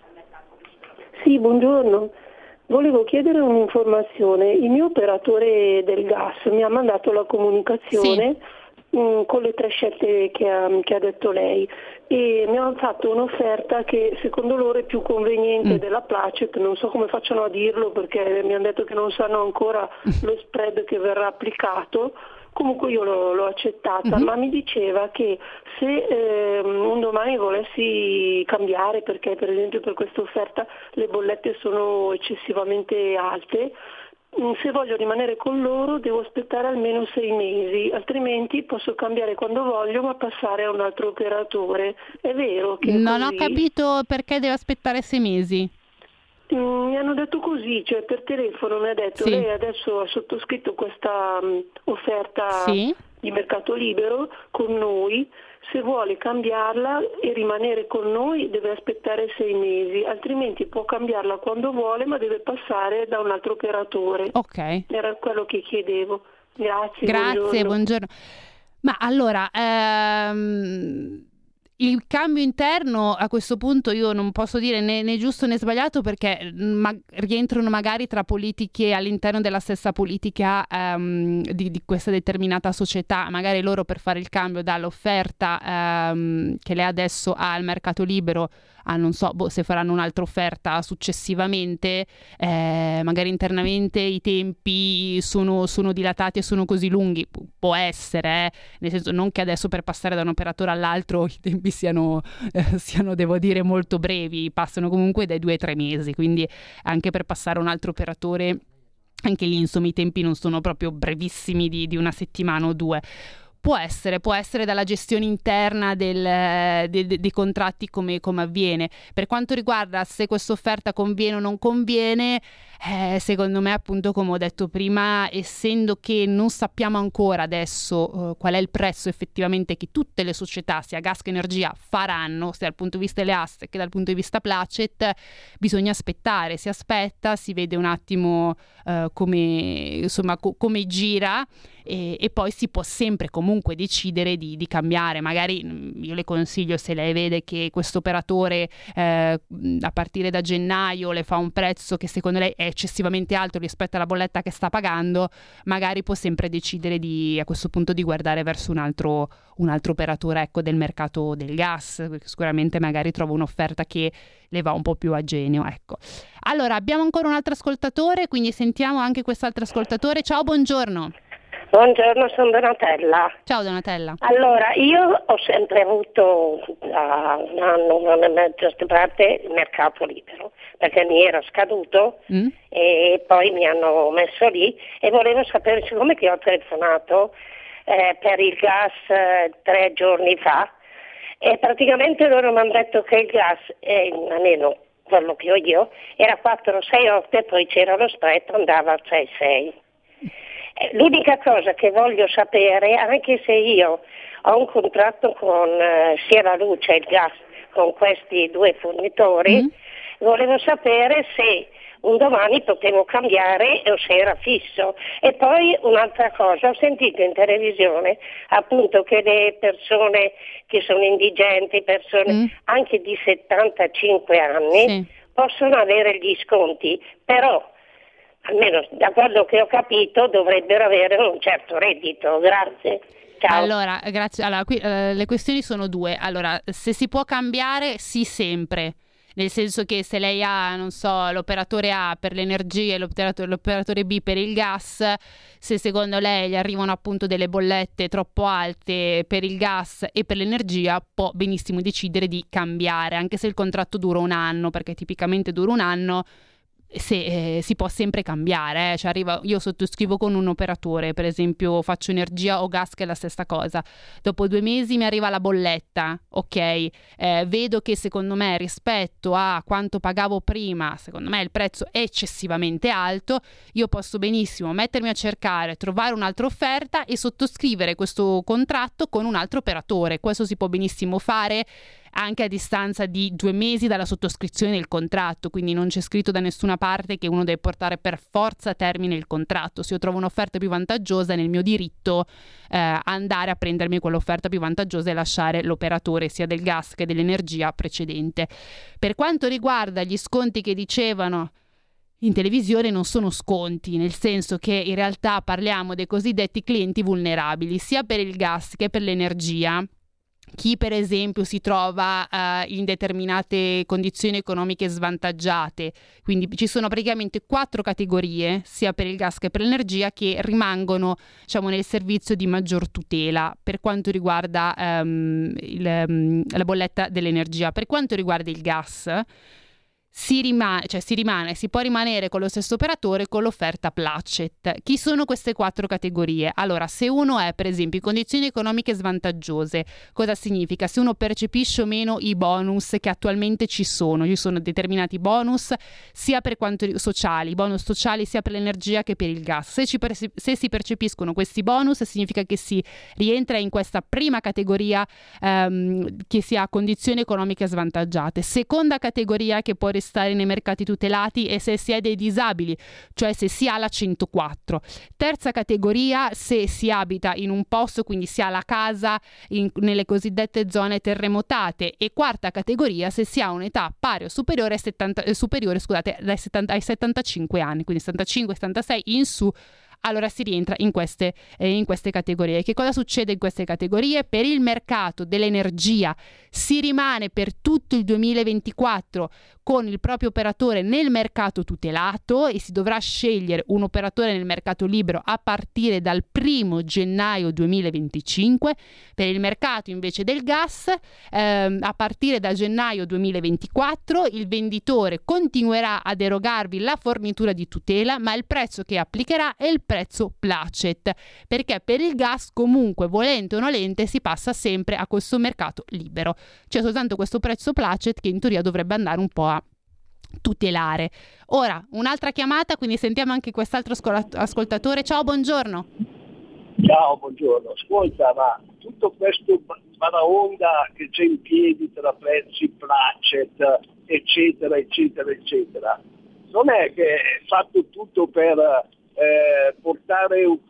Sì, buongiorno. Volevo chiedere un'informazione. Il mio operatore del gas mi ha mandato la comunicazione con le 3 scelte che ha detto lei e mi hanno fatto un'offerta che secondo loro è più conveniente della placet. Non so come facciano a dirlo perché mi hanno detto che non sanno ancora lo spread che verrà applicato. Comunque io l'ho accettata, ma mi diceva che se un domani volessi cambiare, perché per esempio per questa offerta le bollette sono eccessivamente alte, se voglio rimanere con loro devo aspettare almeno 6 mesi, altrimenti posso cambiare quando voglio ma passare a un altro operatore. È vero che non ho capito perché devo aspettare 6 mesi. Mi hanno detto così, cioè per telefono mi ha detto lei adesso ha sottoscritto questa offerta di mercato libero con noi, se vuole cambiarla e rimanere con noi deve aspettare 6 mesi, altrimenti può cambiarla quando vuole ma deve passare da un altro operatore. Ok. Era quello che chiedevo. Grazie, buongiorno. Ma allora, il cambio interno a questo punto io non posso dire né giusto né sbagliato perché rientrano magari tra politiche all'interno della stessa politica di questa determinata società. Magari loro per fare il cambio dall'offerta che lei adesso ha al mercato libero a non so se faranno un'altra offerta successivamente, magari internamente i tempi sono dilatati e sono così lunghi. Può essere, nel senso non che adesso per passare da un operatore all'altro i tempi siano devo dire molto brevi, passano comunque dai 2 ai 3 mesi, quindi anche per passare a un altro operatore anche lì insomma i tempi non sono proprio brevissimi di una settimana o 2. Può essere dalla gestione interna dei contratti come avviene. Per quanto riguarda se questa offerta conviene o non conviene, secondo me appunto come ho detto prima, essendo che non sappiamo ancora adesso qual è il prezzo effettivamente che tutte le società sia gas che energia faranno, sia dal punto di vista delle aste che dal punto di vista placet, bisogna aspettare, si aspetta, si vede un attimo come gira e poi si può sempre comunque decidere di cambiare. Magari io le consiglio, se lei vede che questo operatore a partire da gennaio le fa un prezzo che secondo lei è eccessivamente alto rispetto alla bolletta che sta pagando, magari può sempre decidere a questo punto di guardare verso un altro operatore, ecco, del mercato del gas, perché sicuramente magari trova un'offerta che le va un po' più a genio, ecco. Allora, abbiamo ancora un altro ascoltatore, quindi sentiamo anche quest'altro ascoltatore. Ciao, buongiorno. Buongiorno, sono Donatella. Ciao Donatella. Allora, io ho sempre avuto da un anno e mezzo a questa parte il mercato libero, perché mi era scaduto e poi mi hanno messo lì e volevo sapere, siccome che ho telefonato per il gas 3 giorni fa, e praticamente loro mi hanno detto che il gas, almeno quello che ho io, era 4,68 e poi c'era lo spread, andava a 6,6. L'unica cosa che voglio sapere, anche se io ho un contratto con sia la luce e il gas, con questi 2 fornitori, volevo sapere se un domani potevo cambiare o se era fisso. E poi un'altra cosa, ho sentito in televisione appunto che le persone che sono indigenti, persone anche di 75 anni, possono avere gli sconti, però almeno da quello che ho capito dovrebbero avere un certo reddito. Grazie. Ciao. Allora, grazie. Allora, qui le questioni sono 2. Allora, se si può cambiare, sì, sempre. Nel senso che se lei ha, non so, l'operatore A per l'energia e l'operatore B per il gas, se secondo lei gli arrivano appunto delle bollette troppo alte per il gas e per l'energia, può benissimo decidere di cambiare, anche se il contratto dura un anno, perché tipicamente dura un anno. Si può sempre cambiare, cioè io sottoscrivo con un operatore, per esempio faccio energia o gas, che è la stessa cosa, dopo 2 mesi mi arriva la bolletta, ok, vedo che secondo me rispetto a quanto pagavo prima, secondo me il prezzo è eccessivamente alto, io posso benissimo mettermi a cercare, trovare un'altra offerta e sottoscrivere questo contratto con un altro operatore. Questo si può benissimo fare anche a distanza di 2 mesi dalla sottoscrizione del contratto, quindi non c'è scritto da nessuna parte che uno deve portare per forza a termine il contratto. Se io trovo un'offerta più vantaggiosa, è nel mio diritto andare a prendermi quell'offerta più vantaggiosa e lasciare l'operatore sia del gas che dell'energia precedente. Per quanto riguarda gli sconti che dicevano in televisione, non sono sconti, nel senso che in realtà parliamo dei cosiddetti clienti vulnerabili, sia per il gas che per l'energia. Chi per esempio si trova in determinate condizioni economiche svantaggiate, quindi ci sono praticamente 4 categorie sia per il gas che per l'energia che rimangono, diciamo, nel servizio di maggior tutela per quanto riguarda la bolletta dell'energia. Per quanto riguarda il gas si può rimanere con lo stesso operatore con l'offerta Placet. Chi sono queste 4 categorie? Allora, se uno è per esempio in condizioni economiche svantaggiose, cosa significa? Se uno percepisce o meno i bonus che attualmente ci sono determinati bonus sia per quanto sociali, bonus sociali sia per l'energia che per il gas. Se si percepiscono questi bonus, significa che si rientra in questa prima categoria che si ha condizioni economiche svantaggiate. Seconda categoria che può restare nei mercati tutelati e se si è dei disabili, cioè se si ha la 104. Terza categoria, se si abita in un posto, quindi si ha la casa nelle cosiddette zone terremotate. E quarta categoria, se si ha un'età pari o superiore ai 75 anni, quindi 75-76 in su. Allora si rientra in queste categorie. Che cosa succede in queste categorie? Per il mercato dell'energia si rimane per tutto il 2024 con il proprio operatore nel mercato tutelato e si dovrà scegliere un operatore nel mercato libero a partire dal 1° gennaio 2025. Per il mercato invece del gas a partire da gennaio 2024 il venditore continuerà ad erogarvi la fornitura di tutela, ma il prezzo che applicherà è il prezzo Placet, perché per il gas comunque volente o nolente si passa sempre a questo mercato libero. C'è soltanto questo prezzo Placet che in teoria dovrebbe andare un po' a tutelare. Ora un'altra chiamata, quindi sentiamo anche quest'altro ascoltatore. Ciao, buongiorno. Ciao, buongiorno. Ascolta, ma tutto questo baraonda che c'è in piedi tra prezzi, Placet, eccetera, eccetera, eccetera, non è che è fatto tutto per portare un po' di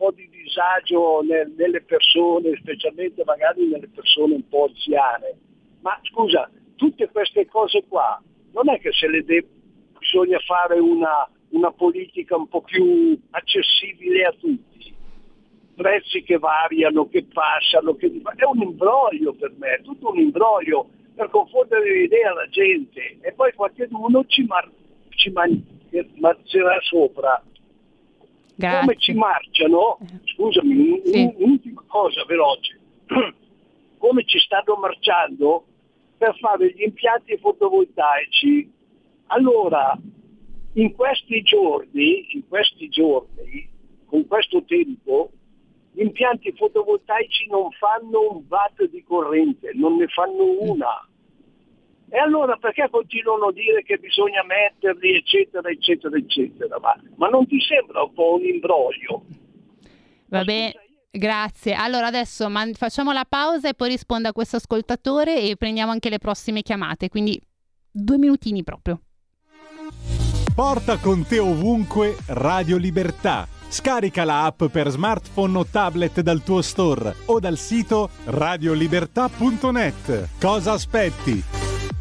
disagio nelle persone, specialmente magari nelle persone un po' anziane. Ma scusa, tutte queste cose qua, non è che bisogna fare una politica un po' più accessibile a tutti, prezzi che variano, che passano, è un imbroglio per me, è tutto un imbroglio per confondere le idee alla gente, e poi qualcuno ci marcerà sopra. Grazie. Come ci marciano, scusami, un'ultima cosa veloce, come ci stanno marciando per fare gli impianti fotovoltaici. Allora, in questi giorni, con questo tempo, gli impianti fotovoltaici non fanno un watt di corrente, non ne fanno una. E allora perché continuano a dire che bisogna metterli, eccetera, eccetera, eccetera? Ma non ti sembra un po' un imbroglio? Vabbè, grazie. Allora adesso facciamo la pausa e poi rispondo a questo ascoltatore e prendiamo anche le prossime chiamate, quindi 2 minutini proprio. Porta con te ovunque Radio Libertà. Scarica la app per smartphone o tablet dal tuo store o dal sito radiolibertà.net. Cosa aspetti?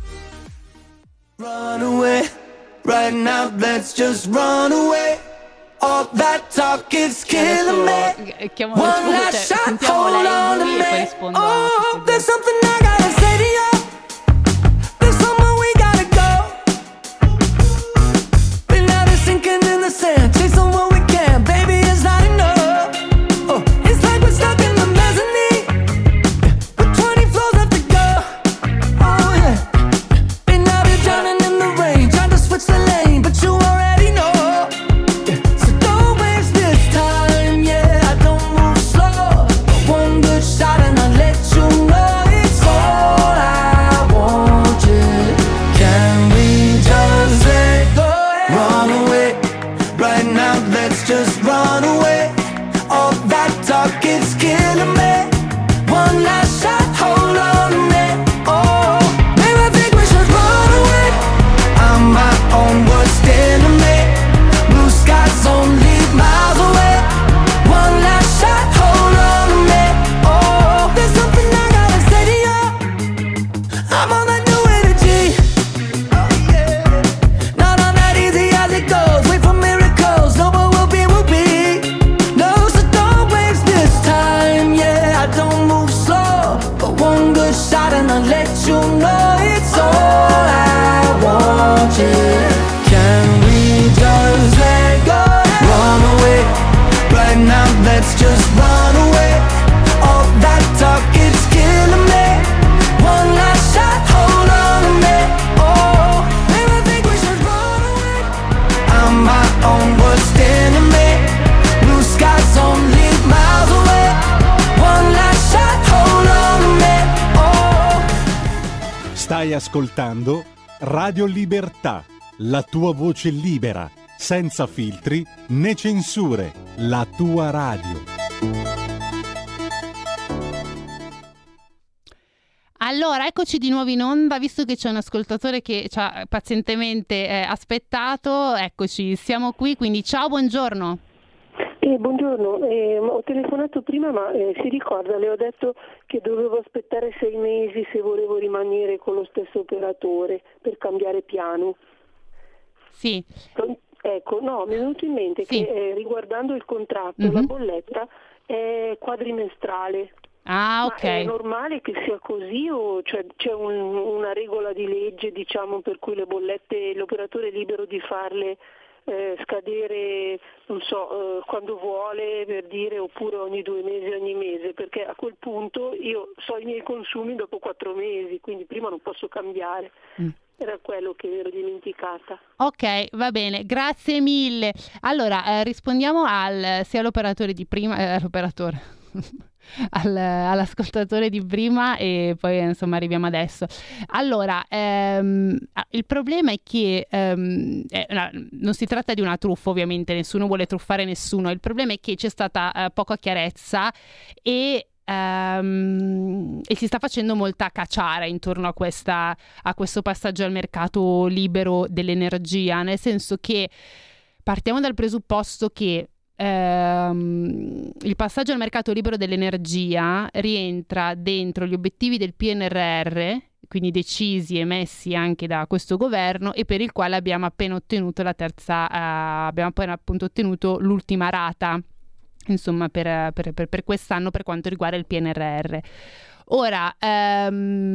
Run away, right now let's just run away. All that talk is killing me. One last shot, hold on to me. Oh, there's something I gotta say to you. There's somewhere we gotta go. Been out here sinking in the sand, chasing what we can, baby, it's not enough. Oh, it's like we're stuck in the mezzanine, with 20 floors left to go. Oh yeah. Drowning in the rain, trying to switch the lane, but you already know. So don't waste this time, yeah, I don't move slow. One good shot and I'll let you know it's all I want, yeah. Can we just let go? Run away, right now let's just run away. All that talk, it's killing me. One last shot, hold on a minute. Oh, maybe I think we should run away. I'm my own worst enemy. Blue skies only miles away. One last shot, hold on a minute. Oh, there's something I gotta say to you. I'm on that new energy. Oh yeah. Not on that easy as it goes. Wait for miracles. No, but we'll be. No, so don't waste this time. Yeah, I don't move slow, but one good shot and I'll let you know it's all I want, yeah. Can we just let go? Run away, right now let's just run away. All that talk, it's killing me. One last shot, hold on a minute. Oh, maybe I think we should run away. I'm my own worst enemy. Blue skies only miles away. One last shot, hold on a minute. Oh. Stai ascoltando Radio Libertà, la tua voce libera, senza filtri né censure, la tua radio. Allora, eccoci di nuovo in onda, visto che c'è un ascoltatore che ci ha pazientemente aspettato, eccoci, siamo qui, quindi ciao, buongiorno. Buongiorno, ho telefonato prima, ma si ricorda, le ho detto che dovevo aspettare 6 mesi se volevo rimanere con lo stesso operatore per cambiare piano. Sì. Ecco, no, mi è venuto in mente che riguardando il contratto, la bolletta è quadrimestrale. Ah, ok. Ma è normale che sia così o c'è una regola di legge, diciamo, per cui le bollette l'operatore è libero di farle scadere, non so, quando vuole, per dire, oppure ogni 2 mesi, ogni mese, perché a quel punto io so i miei consumi dopo 4 mesi, quindi prima non posso cambiare. Era quello che ero dimenticata. Ok, va bene, grazie mille. Allora, rispondiamo sia all'operatore di prima, all'ascoltatore di prima e poi insomma arriviamo adesso. Allora, il problema è che non si tratta di una truffa, ovviamente nessuno vuole truffare nessuno, il problema è che c'è stata poca chiarezza e si sta facendo molta caciara intorno a questo passaggio al mercato libero dell'energia, nel senso che partiamo dal presupposto che il passaggio al mercato libero dell'energia rientra dentro gli obiettivi del PNRR, quindi decisi e messi anche da questo governo, e per il quale abbiamo appena ottenuto abbiamo appena appunto ottenuto l'ultima rata, insomma, per quest'anno per quanto riguarda il PNRR. Ora, c'è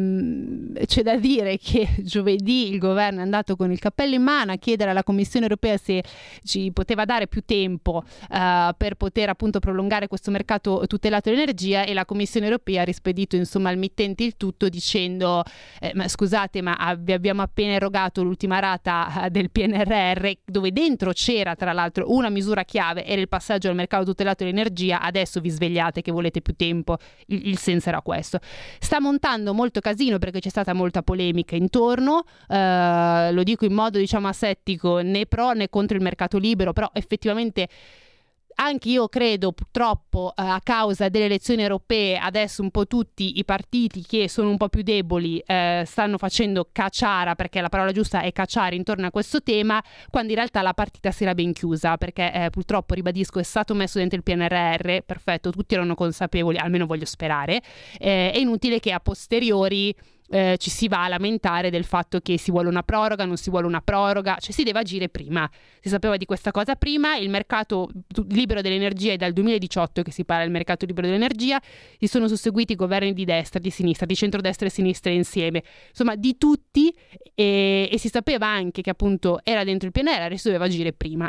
da dire che giovedì il governo è andato con il cappello in mano a chiedere alla Commissione europea se ci poteva dare più tempo per poter appunto prolungare questo mercato tutelato dell'energia, e la Commissione europea ha rispedito insomma al mittente il tutto dicendo ma scusate, ma vi abbiamo appena erogato l'ultima rata del PNRR, dove dentro c'era tra l'altro una misura chiave, era il passaggio al mercato tutelato dell'energia, adesso vi svegliate che volete più tempo. Il senso era questo. Sta montando molto casino perché c'è stata molta polemica intorno, lo dico in modo diciamo asettico, né pro né contro il mercato libero, però effettivamente anche io credo purtroppo a causa delle elezioni europee adesso un po' tutti i partiti che sono un po' più deboli stanno facendo cacciara, perché la parola giusta è cacciare, intorno a questo tema, quando in realtà la partita si era ben chiusa, perché purtroppo, ribadisco, è stato messo dentro il PNRR, perfetto, tutti erano consapevoli, almeno voglio sperare, è inutile che a posteriori ci si va a lamentare del fatto che si vuole una proroga, non si vuole una proroga, cioè si deve agire prima. Si sapeva di questa cosa prima. Il mercato libero dell'energia è dal 2018 che si parla del mercato libero dell'energia, si sono susseguiti governi di destra, di sinistra, di centrodestra e sinistra insieme, insomma di tutti, e si sapeva anche che appunto era dentro il PNRR e si doveva agire prima.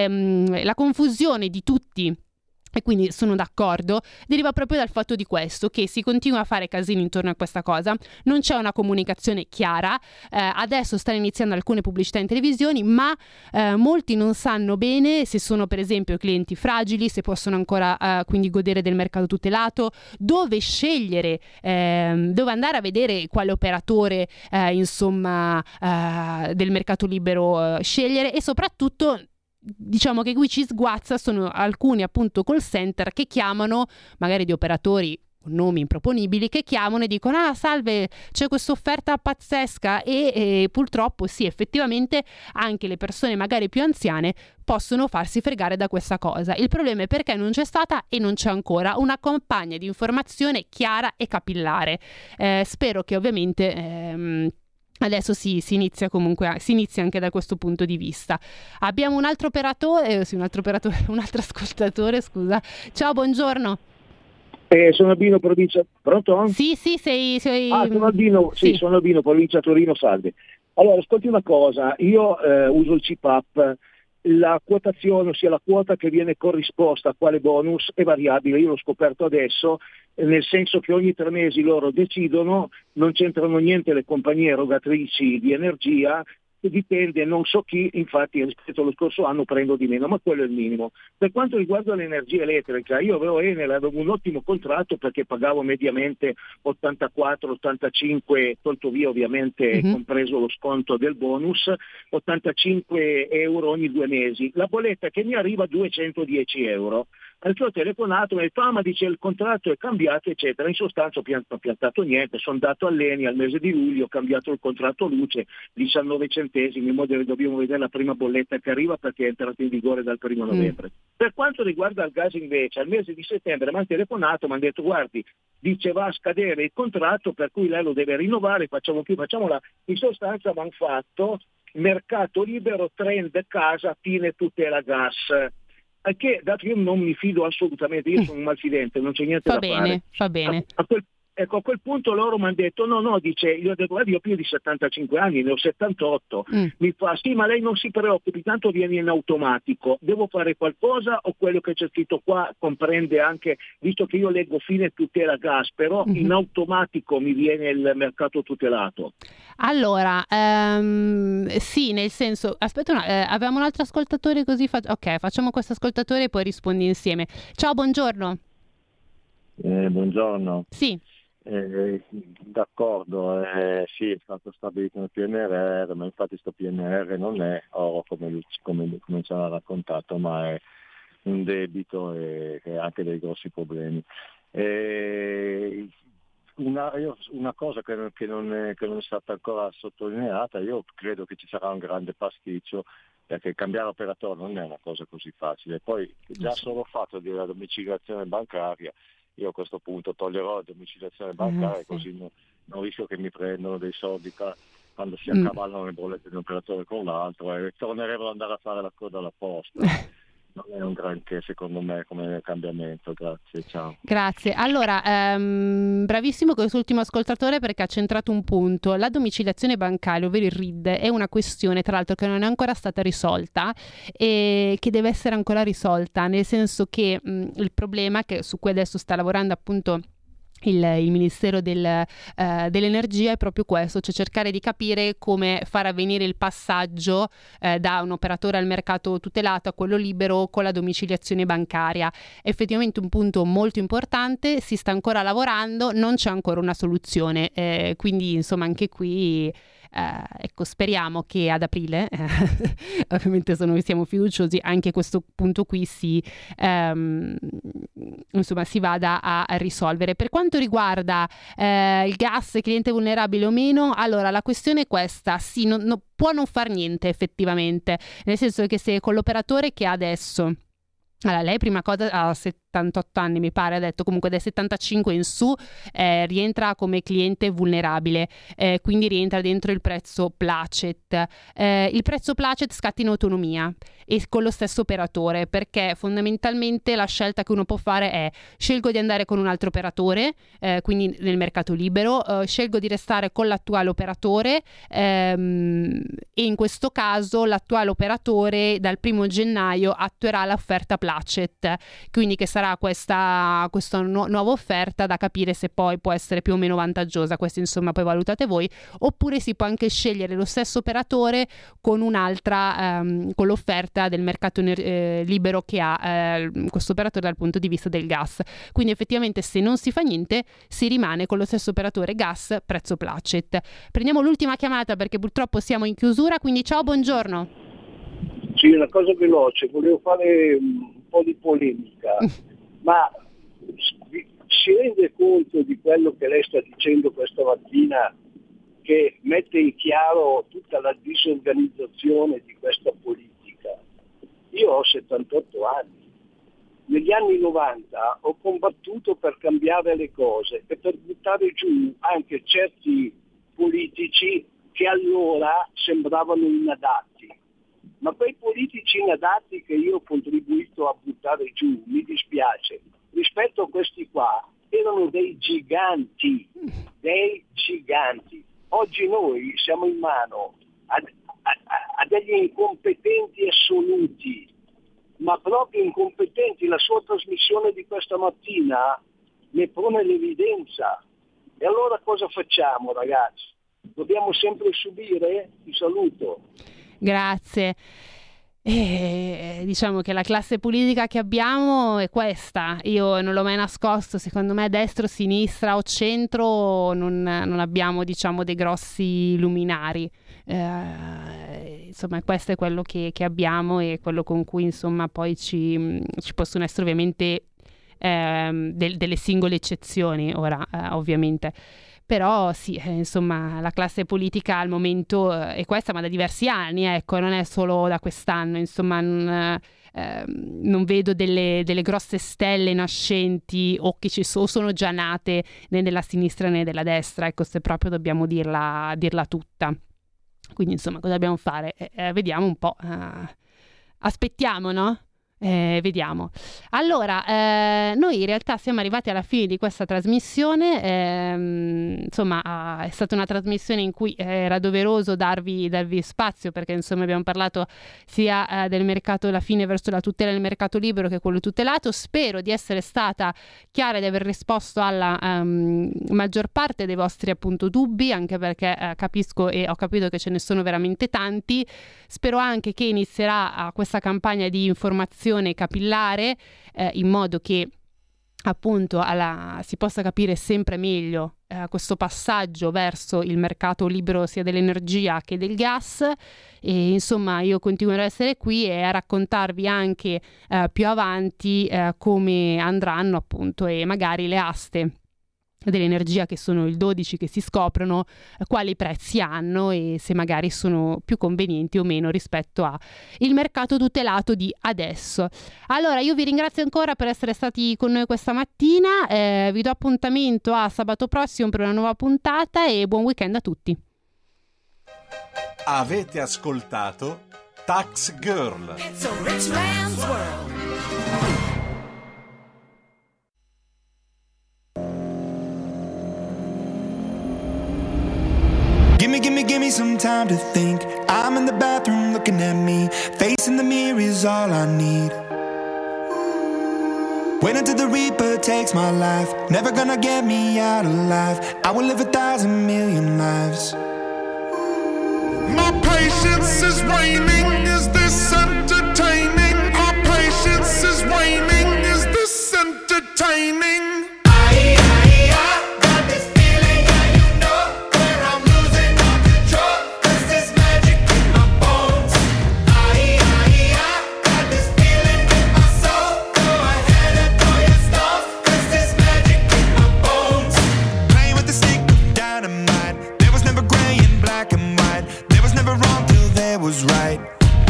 La confusione di tutti, e quindi sono d'accordo, deriva proprio dal fatto di questo, che si continua a fare casino intorno a questa cosa, non c'è una comunicazione chiara, adesso stanno iniziando alcune pubblicità in televisioni, ma molti non sanno bene se sono per esempio clienti fragili, se possono ancora quindi godere del mercato tutelato, dove scegliere, dove andare a vedere quale operatore insomma del mercato libero scegliere, e soprattutto diciamo che qui ci sguazza sono alcuni appunto call center che chiamano, magari di operatori con nomi improponibili, che chiamano e dicono salve, c'è questa offerta pazzesca, e purtroppo sì, effettivamente anche le persone magari più anziane possono farsi fregare da questa cosa. Il problema è perché non c'è stata e non c'è ancora una campagna di informazione chiara e capillare. Spero che ovviamente adesso si inizia anche da questo punto di vista. Abbiamo un altro operatore, un altro ascoltatore, scusa. Ciao, buongiorno. Sono Albino, provincia. Pronto? Sì, sei... sono Albino, sì, sono Albino, provincia Torino, salve. Allora, ascolti una cosa, io uso il CPAP, la quotazione, ossia la quota che viene corrisposta a quale bonus è variabile, io l'ho scoperto adesso, nel senso che ogni 3 mesi loro decidono, non c'entrano niente le compagnie erogatrici di energia, dipende, non so chi, infatti rispetto allo scorso anno prendo di meno, ma quello è il minimo. Per quanto riguarda l'energia elettrica, io avevo Enel, avevo un ottimo contratto perché pagavo mediamente 84-85, tolto via ovviamente compreso lo sconto del bonus, 85 euro ogni 2 mesi. La bolletta che mi arriva 210 euro. Perché ho telefonato, mi ha detto ma dice il contratto è cambiato eccetera, in sostanza ho piantato niente, sono andato all'ENI al mese di luglio, ho cambiato il contratto luce 19 centesimi, in modo che dobbiamo vedere la prima bolletta che arriva perché è entrato in vigore dal 1° novembre. Per quanto riguarda il gas invece, al mese di settembre mi hanno telefonato, mi hanno detto guardi, dice va a scadere il contratto per cui lei lo deve rinnovare, facciamo là. In sostanza mi hanno fatto mercato libero, trend casa, fine tutela gas. Che dato che io non mi fido assolutamente, io sono un malfidente, non c'è niente da fare. Fa bene. A quel punto loro mi hanno detto no, dice, io ho detto guarda, io ho più di 75 anni, ne ho 78, mi fa sì ma lei non si preoccupi, tanto viene in automatico, devo fare qualcosa o quello che c'è scritto qua comprende anche, visto che io leggo fine tutela gas, però in automatico mi viene il mercato tutelato? Allora, sì, nel senso, aspetta, avevamo un altro ascoltatore così, ok, facciamo questo ascoltatore e poi rispondi insieme. Ciao, buongiorno. Buongiorno. Ci D'accordo, sì, è stato stabilito nel PNRR, ma infatti sto PNRR non è oro come ci hanno raccontato, ma è un debito e anche dei grossi problemi. Una cosa che non è stata ancora sottolineata, io credo che ci sarà un grande pasticcio perché cambiare operatore non è una cosa così facile. Poi già solo il fatto della domiciliazione bancaria, io a questo punto toglierò la domiciliazione bancaria, così non rischio che mi prendono dei soldi quando si accavallano le bollette di un operatore con l'altro e torneremo ad andare a fare la coda alla posta. Non è un granché secondo me come cambiamento. Grazie, ciao. Grazie. Allora, bravissimo quest'ultimo ascoltatore perché ha centrato un punto. La domiciliazione bancaria, ovvero il RID, è una questione tra l'altro che non è ancora stata risolta e che deve essere ancora risolta, nel senso che il problema su cui adesso sta lavorando appunto il Ministero dell'Energia è proprio questo, cioè cercare di capire come far avvenire il passaggio da un operatore al mercato tutelato a quello libero con la domiciliazione bancaria. È effettivamente un punto molto importante, si sta ancora lavorando, non c'è ancora una soluzione, quindi insomma anche qui ecco, speriamo che ad aprile ovviamente siamo fiduciosi, anche questo punto qui insomma si vada a risolvere. Per quanto riguarda il gas, cliente vulnerabile o meno, allora la questione è questa: sì, può non far niente effettivamente, nel senso che se con l'operatore che ha adesso, allora lei prima cosa ha 78 anni mi pare, ha detto, comunque dai 75 in su rientra come cliente vulnerabile, quindi rientra dentro il prezzo placet. Il prezzo placet scatta in autonomia e con lo stesso operatore, perché fondamentalmente la scelta che uno può fare è: scelgo di andare con un altro operatore, quindi nel mercato libero, scelgo di restare con l'attuale operatore, e in questo caso l'attuale operatore dal 1° gennaio attuerà l'offerta placet, quindi che sarà questa nuova offerta da capire se poi può essere più o meno vantaggiosa. Questo insomma poi valutate voi, oppure si può anche scegliere lo stesso operatore con un'altra con l'offerta del mercato libero che ha questo operatore dal punto di vista del gas. Quindi effettivamente se non si fa niente si rimane con lo stesso operatore gas prezzo placet. Prendiamo l'ultima chiamata perché purtroppo siamo in chiusura, quindi ciao, buongiorno. Sì, una cosa veloce, volevo fare un po' di polemica, ma si rende conto di quello che lei sta dicendo questa mattina, che mette in chiaro tutta la disorganizzazione di questa politica? Io ho 78 anni, negli anni 90 ho combattuto per cambiare le cose e per buttare giù anche certi politici che allora sembravano inadatti. Ma quei politici inadatti che io ho contribuito a buttare giù, mi dispiace, rispetto a questi qua, erano dei giganti. Oggi noi siamo in mano a degli incompetenti assoluti, ma proprio incompetenti. La sua trasmissione di questa mattina ne pone l'evidenza. E allora cosa facciamo, ragazzi? Dobbiamo sempre subire? Ti saluto. Grazie. Diciamo che la classe politica che abbiamo è questa. Io non l'ho mai nascosto, secondo me destra, sinistra o centro non abbiamo, diciamo, dei grossi luminari. Insomma, questo è quello che abbiamo e quello con cui insomma poi ci possono essere ovviamente delle singole eccezioni ora, ovviamente. Però sì, insomma, la classe politica al momento è questa, ma da diversi anni, ecco, non è solo da quest'anno, insomma, non vedo delle grosse stelle nascenti o che sono già nate né della sinistra né della destra, ecco, se proprio dobbiamo dirla tutta. Quindi, insomma, cosa dobbiamo fare? Vediamo un po', aspettiamo, no? Vediamo. Allora, noi in realtà siamo arrivati alla fine di questa trasmissione, insomma è stata una trasmissione in cui era doveroso darvi spazio, perché insomma abbiamo parlato sia del mercato, la fine verso la tutela del mercato libero che quello tutelato. Spero di essere stata chiara e di aver risposto alla maggior parte dei vostri appunto dubbi, anche perché capisco e ho capito che ce ne sono veramente tanti. Spero anche che inizierà questa campagna di informazione capillare, in modo che appunto si possa capire sempre meglio questo passaggio verso il mercato libero sia dell'energia che del gas. E insomma io continuerò a essere qui e a raccontarvi anche più avanti come andranno appunto e magari le aste dell'energia, che sono il 12, che si scoprono quali prezzi hanno e se magari sono più convenienti o meno rispetto a il mercato tutelato di adesso. Allora io vi ringrazio ancora per essere stati con noi questa mattina, vi do appuntamento a sabato prossimo per una nuova puntata e buon weekend a tutti. Avete ascoltato Tax Girl. It's a rich man's world. Give me some time to think. I'm in the bathroom looking at me. Facing the mirror is all I need. Wait until the Reaper takes my life. Never gonna get me out alive. I will live 1,000 million lives. My patience is waning. Is this entertaining? Our patience is waning. Is this entertaining? Was right.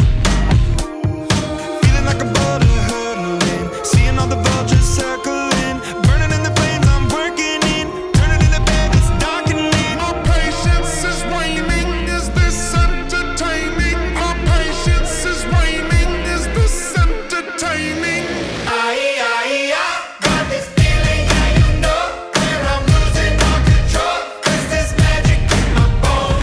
Feeling like a boulder hurtling, seeing all the vultures circling, burning in the flames I'm working in, turning in the bed it's darkening. Our patience is waning, is this entertaining? Our patience is waning, is this entertaining? Got this feeling, yeah you know, where I'm losing all control, 'cause there's magic in my bones.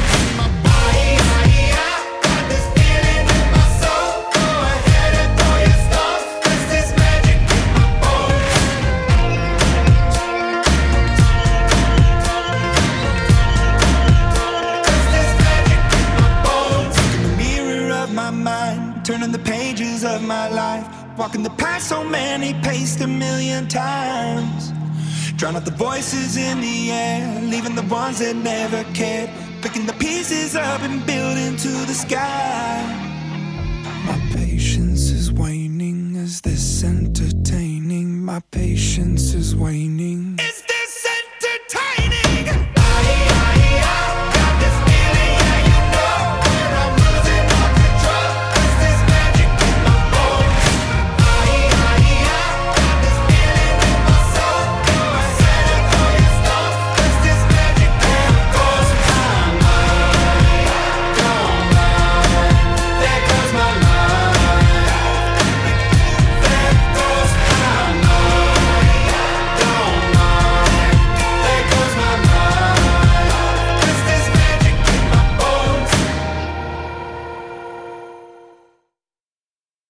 Turning the pages of my life, walking the path so many paced 1,000,000 times. Drown out the voices in the air, leaving the ones that never cared, picking the pieces up and building to the sky. My patience is waning, is this entertaining? My patience is waning.